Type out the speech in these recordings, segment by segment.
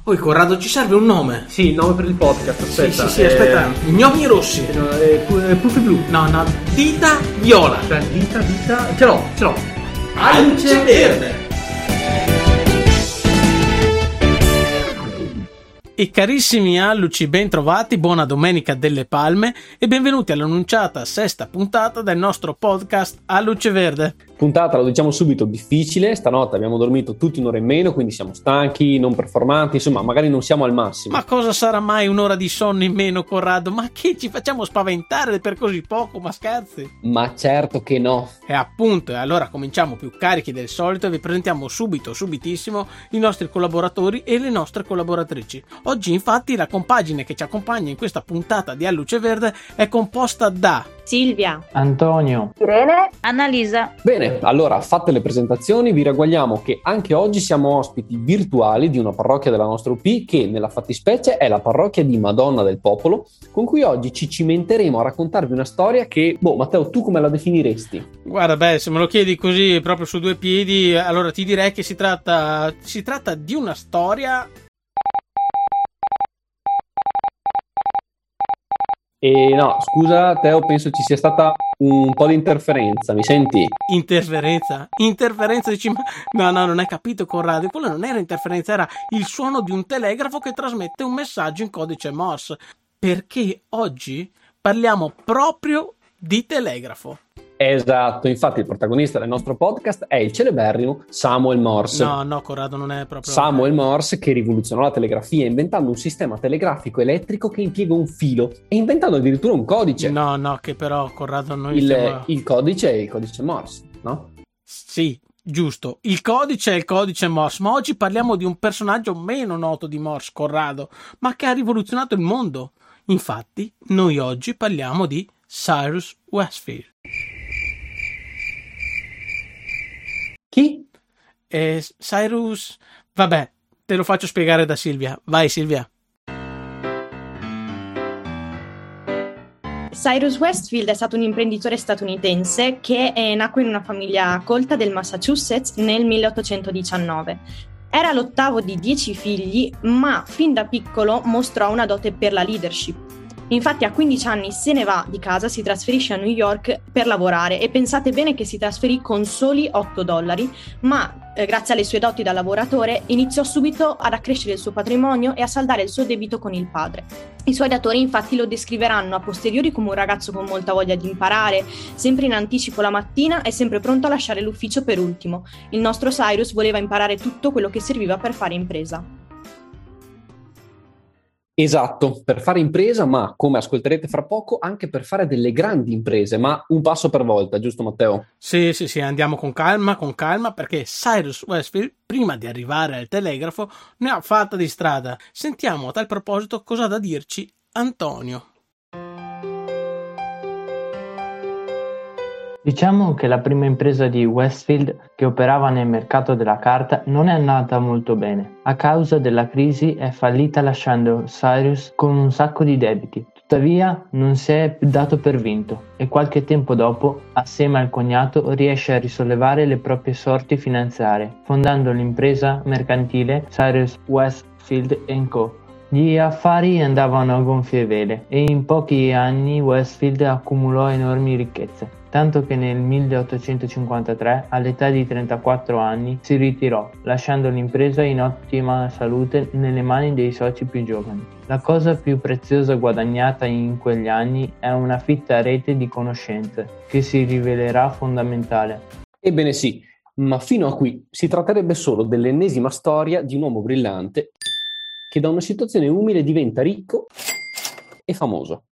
Oh, Corrado, ci serve un nome. Sì, il nome per il podcast, aspetta. Sì, aspetta. Gnomi rossi. Puffi blu. No, dita viola. Dita. Ce l'ho. Alce verde. E carissimi alluci, ben trovati, buona domenica delle palme e benvenuti all'annunciata sesta puntata del nostro podcast Alluce Verde. Puntata, lo diciamo subito, difficile. Stanotte abbiamo dormito tutti un'ora in meno, quindi siamo stanchi, non performanti, insomma, magari non siamo al massimo. Ma cosa sarà mai un'ora di sonno in meno, Corrado? Ma che ci facciamo spaventare per così poco, ma scherzi? Ma certo che no. E appunto, allora cominciamo più carichi del solito e vi presentiamo subitissimo i nostri collaboratori e le nostre collaboratrici. Oggi infatti la compagine che ci accompagna in questa puntata di Alluce Verde è composta da Silvia, Antonio, Irene, Annalisa. Bene, allora, fatte le presentazioni, vi ragguagliamo che anche oggi siamo ospiti virtuali di una parrocchia della nostra UP, che nella fattispecie è la parrocchia di Madonna del Popolo, con cui oggi ci cimenteremo a raccontarvi una storia che, Matteo, tu come la definiresti? Guarda, se me lo chiedi così proprio su due piedi, allora ti direi che si tratta di una storia. E no, scusa Teo, penso ci sia stata un po' di interferenza, mi senti? Interferenza, dici, no, non hai capito, Corrado, quello non era interferenza, era il suono di un telegrafo che trasmette un messaggio in codice Morse, perché oggi parliamo proprio di telegrafo. Esatto, infatti il protagonista del nostro podcast è il celeberrimo Samuel Morse. No, Corrado, non è proprio... Samuel Morse, che rivoluzionò la telegrafia inventando un sistema telegrafico elettrico che impiega un filo e inventando addirittura un codice. No, che però, Corrado, noi il codice è il codice Morse, no? Sì, giusto, il codice è il codice Morse, ma oggi parliamo di un personaggio meno noto di Morse, Corrado, ma che ha rivoluzionato il mondo. Infatti, noi oggi parliamo di Cyrus Westfield. Chi? Cyrus... Vabbè, te lo faccio spiegare da Silvia. Vai, Silvia. Cyrus Westfield è stato un imprenditore statunitense che nacque in una famiglia colta del Massachusetts nel 1819. Era l'ottavo di 10 figli, ma fin da piccolo mostrò una dote per la leadership. Infatti a 15 anni se ne va di casa, si trasferisce a New York per lavorare e pensate bene che si trasferì con soli $8, ma grazie alle sue doti da lavoratore iniziò subito ad accrescere il suo patrimonio e a saldare il suo debito con il padre. I suoi datori infatti lo descriveranno a posteriori come un ragazzo con molta voglia di imparare, sempre in anticipo la mattina e sempre pronto a lasciare l'ufficio per ultimo. Il nostro Cyrus voleva imparare tutto quello che serviva per fare impresa. Esatto, per fare impresa, ma come ascolterete fra poco, anche per fare delle grandi imprese, ma un passo per volta, giusto Matteo? Sì, andiamo con calma, perché Cyrus Westfield, prima di arrivare al telegrafo, ne ha fatta di strada. Sentiamo a tal proposito cosa ha da dirci Antonio. Diciamo che la prima impresa di Westfield, che operava nel mercato della carta, non è andata molto bene. A causa della crisi è fallita lasciando Cyrus con un sacco di debiti. Tuttavia non si è dato per vinto e qualche tempo dopo, assieme al cognato, riesce a risollevare le proprie sorti finanziarie, fondando l'impresa mercantile Cyrus Westfield & Co. Gli affari andavano a gonfie vele e in pochi anni Westfield accumulò enormi ricchezze. Tanto che nel 1853, all'età di 34 anni, si ritirò, lasciando l'impresa in ottima salute nelle mani dei soci più giovani. La cosa più preziosa guadagnata in quegli anni è una fitta rete di conoscenze, che si rivelerà fondamentale. Ebbene sì, ma fino a qui si tratterebbe solo dell'ennesima storia di un uomo brillante che da una situazione umile diventa ricco e famoso.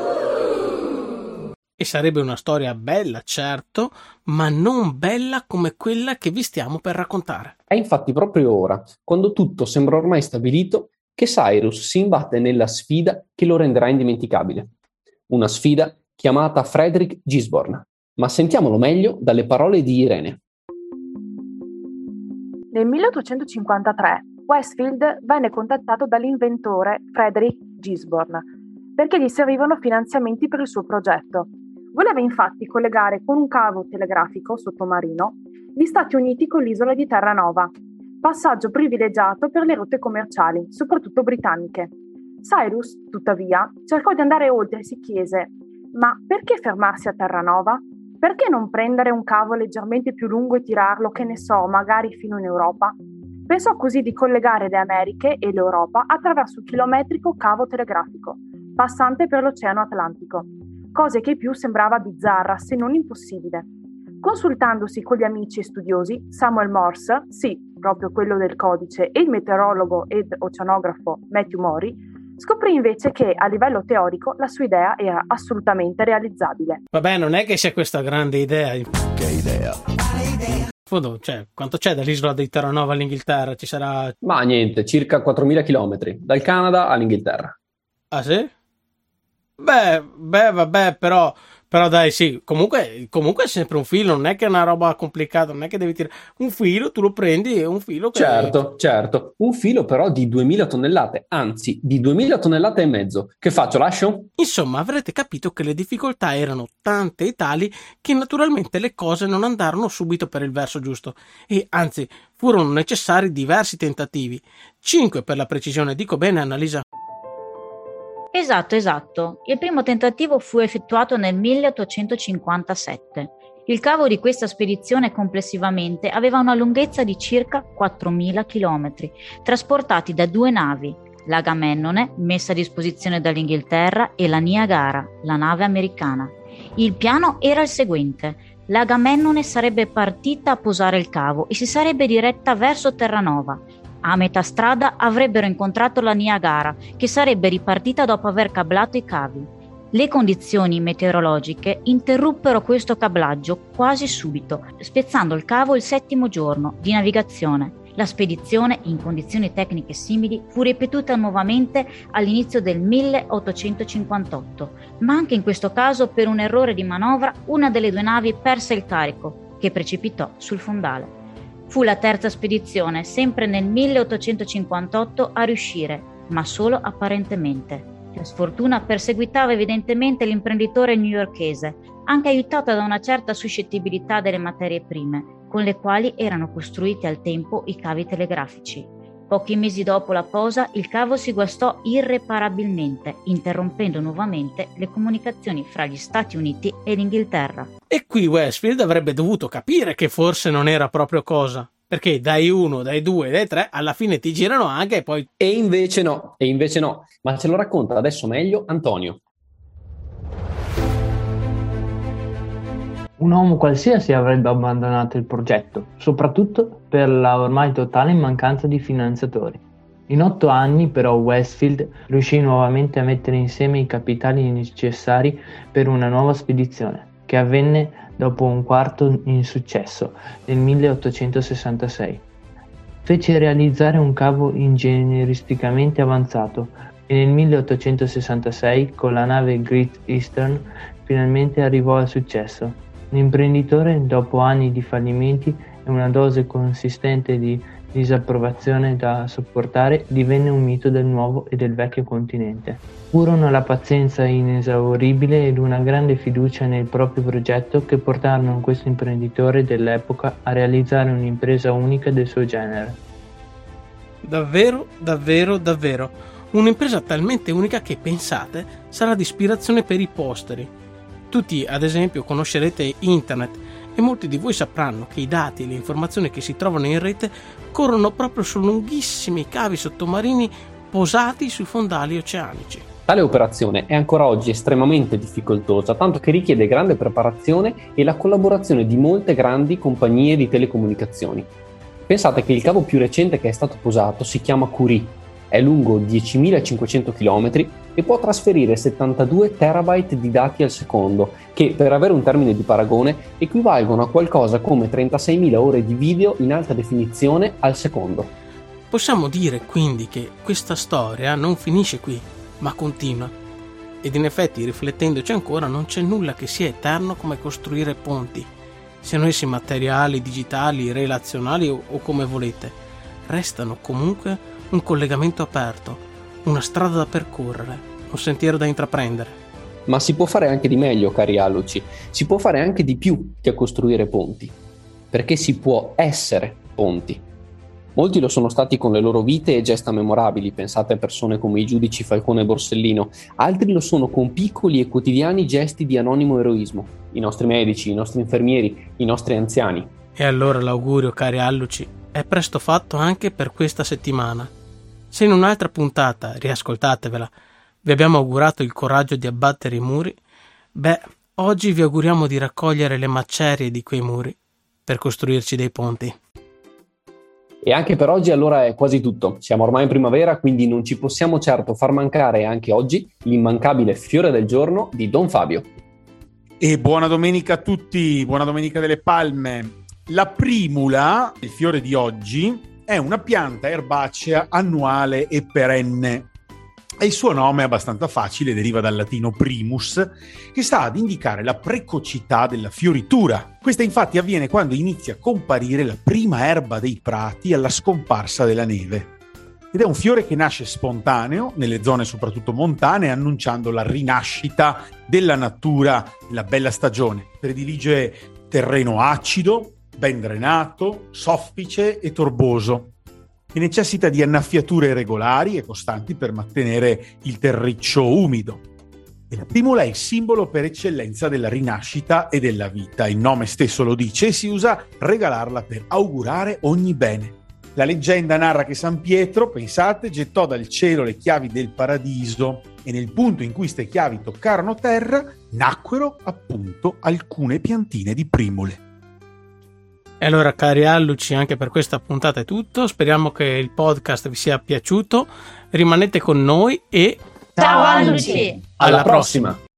E sarebbe una storia bella, certo, ma non bella come quella che vi stiamo per raccontare. È infatti proprio ora, quando tutto sembra ormai stabilito, che Cyrus si imbatte nella sfida che lo renderà indimenticabile. Una sfida chiamata Frederick Gisborne. Ma sentiamolo meglio dalle parole di Irene. Nel 1853 Westfield venne contattato dall'inventore Frederick Gisborne perché gli servivano finanziamenti per il suo progetto. Voleva infatti collegare con un cavo telegrafico sottomarino gli Stati Uniti con l'isola di Terranova. passaggio privilegiato per le rotte commerciali, soprattutto britanniche. Cyrus, tuttavia, cercò di andare oltre e si chiese: ma perché fermarsi a Terranova? Perché non prendere un cavo leggermente più lungo e tirarlo, che ne so, magari fino in Europa? Pensò così di collegare le Americhe e l'Europa attraverso un chilometrico cavo telegrafico, passante per l'Oceano Atlantico, cosa che più sembrava bizzarra, se non impossibile. Consultandosi con gli amici e studiosi, Samuel Morse, sì, proprio quello del codice, e il meteorologo ed oceanografo Matthew Maury, scoprì invece che a livello teorico la sua idea era assolutamente realizzabile. Vabbè, non è che c'è questa grande idea. Che idea? Fondo, cioè, quanto c'è dall'isola di Terranova all'Inghilterra? Ci sarà... Ma niente, circa 4.000 chilometri, dal Canada all'Inghilterra. Ah sì? Beh, vabbè, però dai, sì, comunque è sempre un filo, non è che è una roba complicata, non è che devi tirare un filo, tu lo prendi e un filo che... Certo, un filo però di 2.000 tonnellate, anzi di 2.000 tonnellate e mezzo. Che faccio, lascio? Insomma, avrete capito che le difficoltà erano tante e tali che naturalmente le cose non andarono subito per il verso giusto e anzi furono necessari diversi tentativi, 5 per la precisione, dico bene Annalisa? Esatto. Il primo tentativo fu effettuato nel 1857. Il cavo di questa spedizione complessivamente aveva una lunghezza di circa 4.000 km, trasportati da 2 navi, l'Agamennone, messa a disposizione dall'Inghilterra, e la Niagara, la nave americana. Il piano era il seguente: l'Agamennone sarebbe partita a posare il cavo e si sarebbe diretta verso Terranova. A metà strada avrebbero incontrato la Niagara, che sarebbe ripartita dopo aver cablato i cavi. Le condizioni meteorologiche interruppero questo cablaggio quasi subito, spezzando il cavo il 7° giorno di navigazione. La spedizione, in condizioni tecniche simili, fu ripetuta nuovamente all'inizio del 1858, ma anche in questo caso, per un errore di manovra, una delle 2 navi perse il carico, che precipitò sul fondale. Fu la terza spedizione, sempre nel 1858, a riuscire, ma solo apparentemente. La sfortuna perseguitava evidentemente l'imprenditore newyorkese, anche aiutata da una certa suscettibilità delle materie prime, con le quali erano costruiti al tempo i cavi telegrafici. Pochi mesi dopo la posa, il cavo si guastò irreparabilmente, interrompendo nuovamente le comunicazioni fra gli Stati Uniti e l'Inghilterra. E qui Westfield avrebbe dovuto capire che forse non era proprio cosa, perché dai 1, dai 2, dai 3, alla fine ti girano anche e poi... E invece no, ma ce lo racconta adesso meglio Antonio. Un uomo qualsiasi avrebbe abbandonato il progetto, soprattutto per la ormai totale mancanza di finanziatori. In 8 anni però Westfield riuscì nuovamente a mettere insieme i capitali necessari per una nuova spedizione, che avvenne dopo un quarto insuccesso nel 1866. Fece realizzare un cavo ingegneristicamente avanzato e nel 1866 con la nave Great Eastern finalmente arrivò al successo. L'imprenditore, dopo anni di fallimenti e una dose consistente di disapprovazione da sopportare, divenne un mito del nuovo e del vecchio continente. Furono la pazienza inesauribile ed una grande fiducia nel proprio progetto che portarono questo imprenditore dell'epoca a realizzare un'impresa unica del suo genere. Davvero. Un'impresa talmente unica che, pensate, sarà di ispirazione per i posteri. Tutti, ad esempio, conoscerete internet e molti di voi sapranno che i dati e le informazioni che si trovano in rete corrono proprio su lunghissimi cavi sottomarini posati sui fondali oceanici. Tale operazione è ancora oggi estremamente difficoltosa, tanto che richiede grande preparazione e la collaborazione di molte grandi compagnie di telecomunicazioni. Pensate che il cavo più recente che è stato posato si chiama Curie, è lungo 10.500 km e può trasferire 72 terabyte di dati al secondo, che per avere un termine di paragone equivalgono a qualcosa come 36.000 ore di video in alta definizione al secondo. Possiamo dire quindi che questa storia non finisce qui, ma continua. Ed in effetti, riflettendoci ancora, non c'è nulla che sia eterno come costruire ponti, siano essi materiali, digitali, relazionali o come volete. Restano comunque un collegamento aperto, una strada da percorrere, un sentiero da intraprendere. Ma si può fare anche di meglio, cari alluci, si può fare anche di più che costruire ponti, perché si può essere ponti. Molti lo sono stati con le loro vite e gesta memorabili, pensate a persone come i giudici Falcone e Borsellino, altri lo sono con piccoli e quotidiani gesti di anonimo eroismo, i nostri medici, i nostri infermieri, i nostri anziani. E allora l'augurio, cari alluci, è presto fatto anche per questa settimana. Se in un'altra puntata, riascoltatevela, vi abbiamo augurato il coraggio di abbattere i muri, oggi vi auguriamo di raccogliere le macerie di quei muri per costruirci dei ponti. E anche per oggi allora è quasi tutto. Siamo ormai in primavera, quindi non ci possiamo certo far mancare anche oggi l'immancabile fiore del giorno di Don Fabio. E buona domenica a tutti, buona domenica delle palme. La primula, il fiore di oggi, è una pianta erbacea annuale e perenne. E il suo nome è abbastanza facile, deriva dal latino primus, che sta ad indicare la precocità della fioritura. Questa infatti avviene quando inizia a comparire la prima erba dei prati alla scomparsa della neve. Ed è un fiore che nasce spontaneo, nelle zone soprattutto montane, annunciando la rinascita della natura nella bella stagione. Predilige terreno acido, ben drenato, soffice e torboso. E necessita di annaffiature regolari e costanti per mantenere il terriccio umido. E la primula è il simbolo per eccellenza della rinascita e della vita. Il nome stesso lo dice e si usa regalarla per augurare ogni bene. La leggenda narra che San Pietro, pensate, gettò dal cielo le chiavi del paradiso e nel punto in cui ste chiavi toccarono terra, nacquero appunto alcune piantine di primule. E allora, cari alluci, anche per questa puntata è tutto. Speriamo che il podcast vi sia piaciuto. Rimanete con noi e ciao alluci! Alla prossima.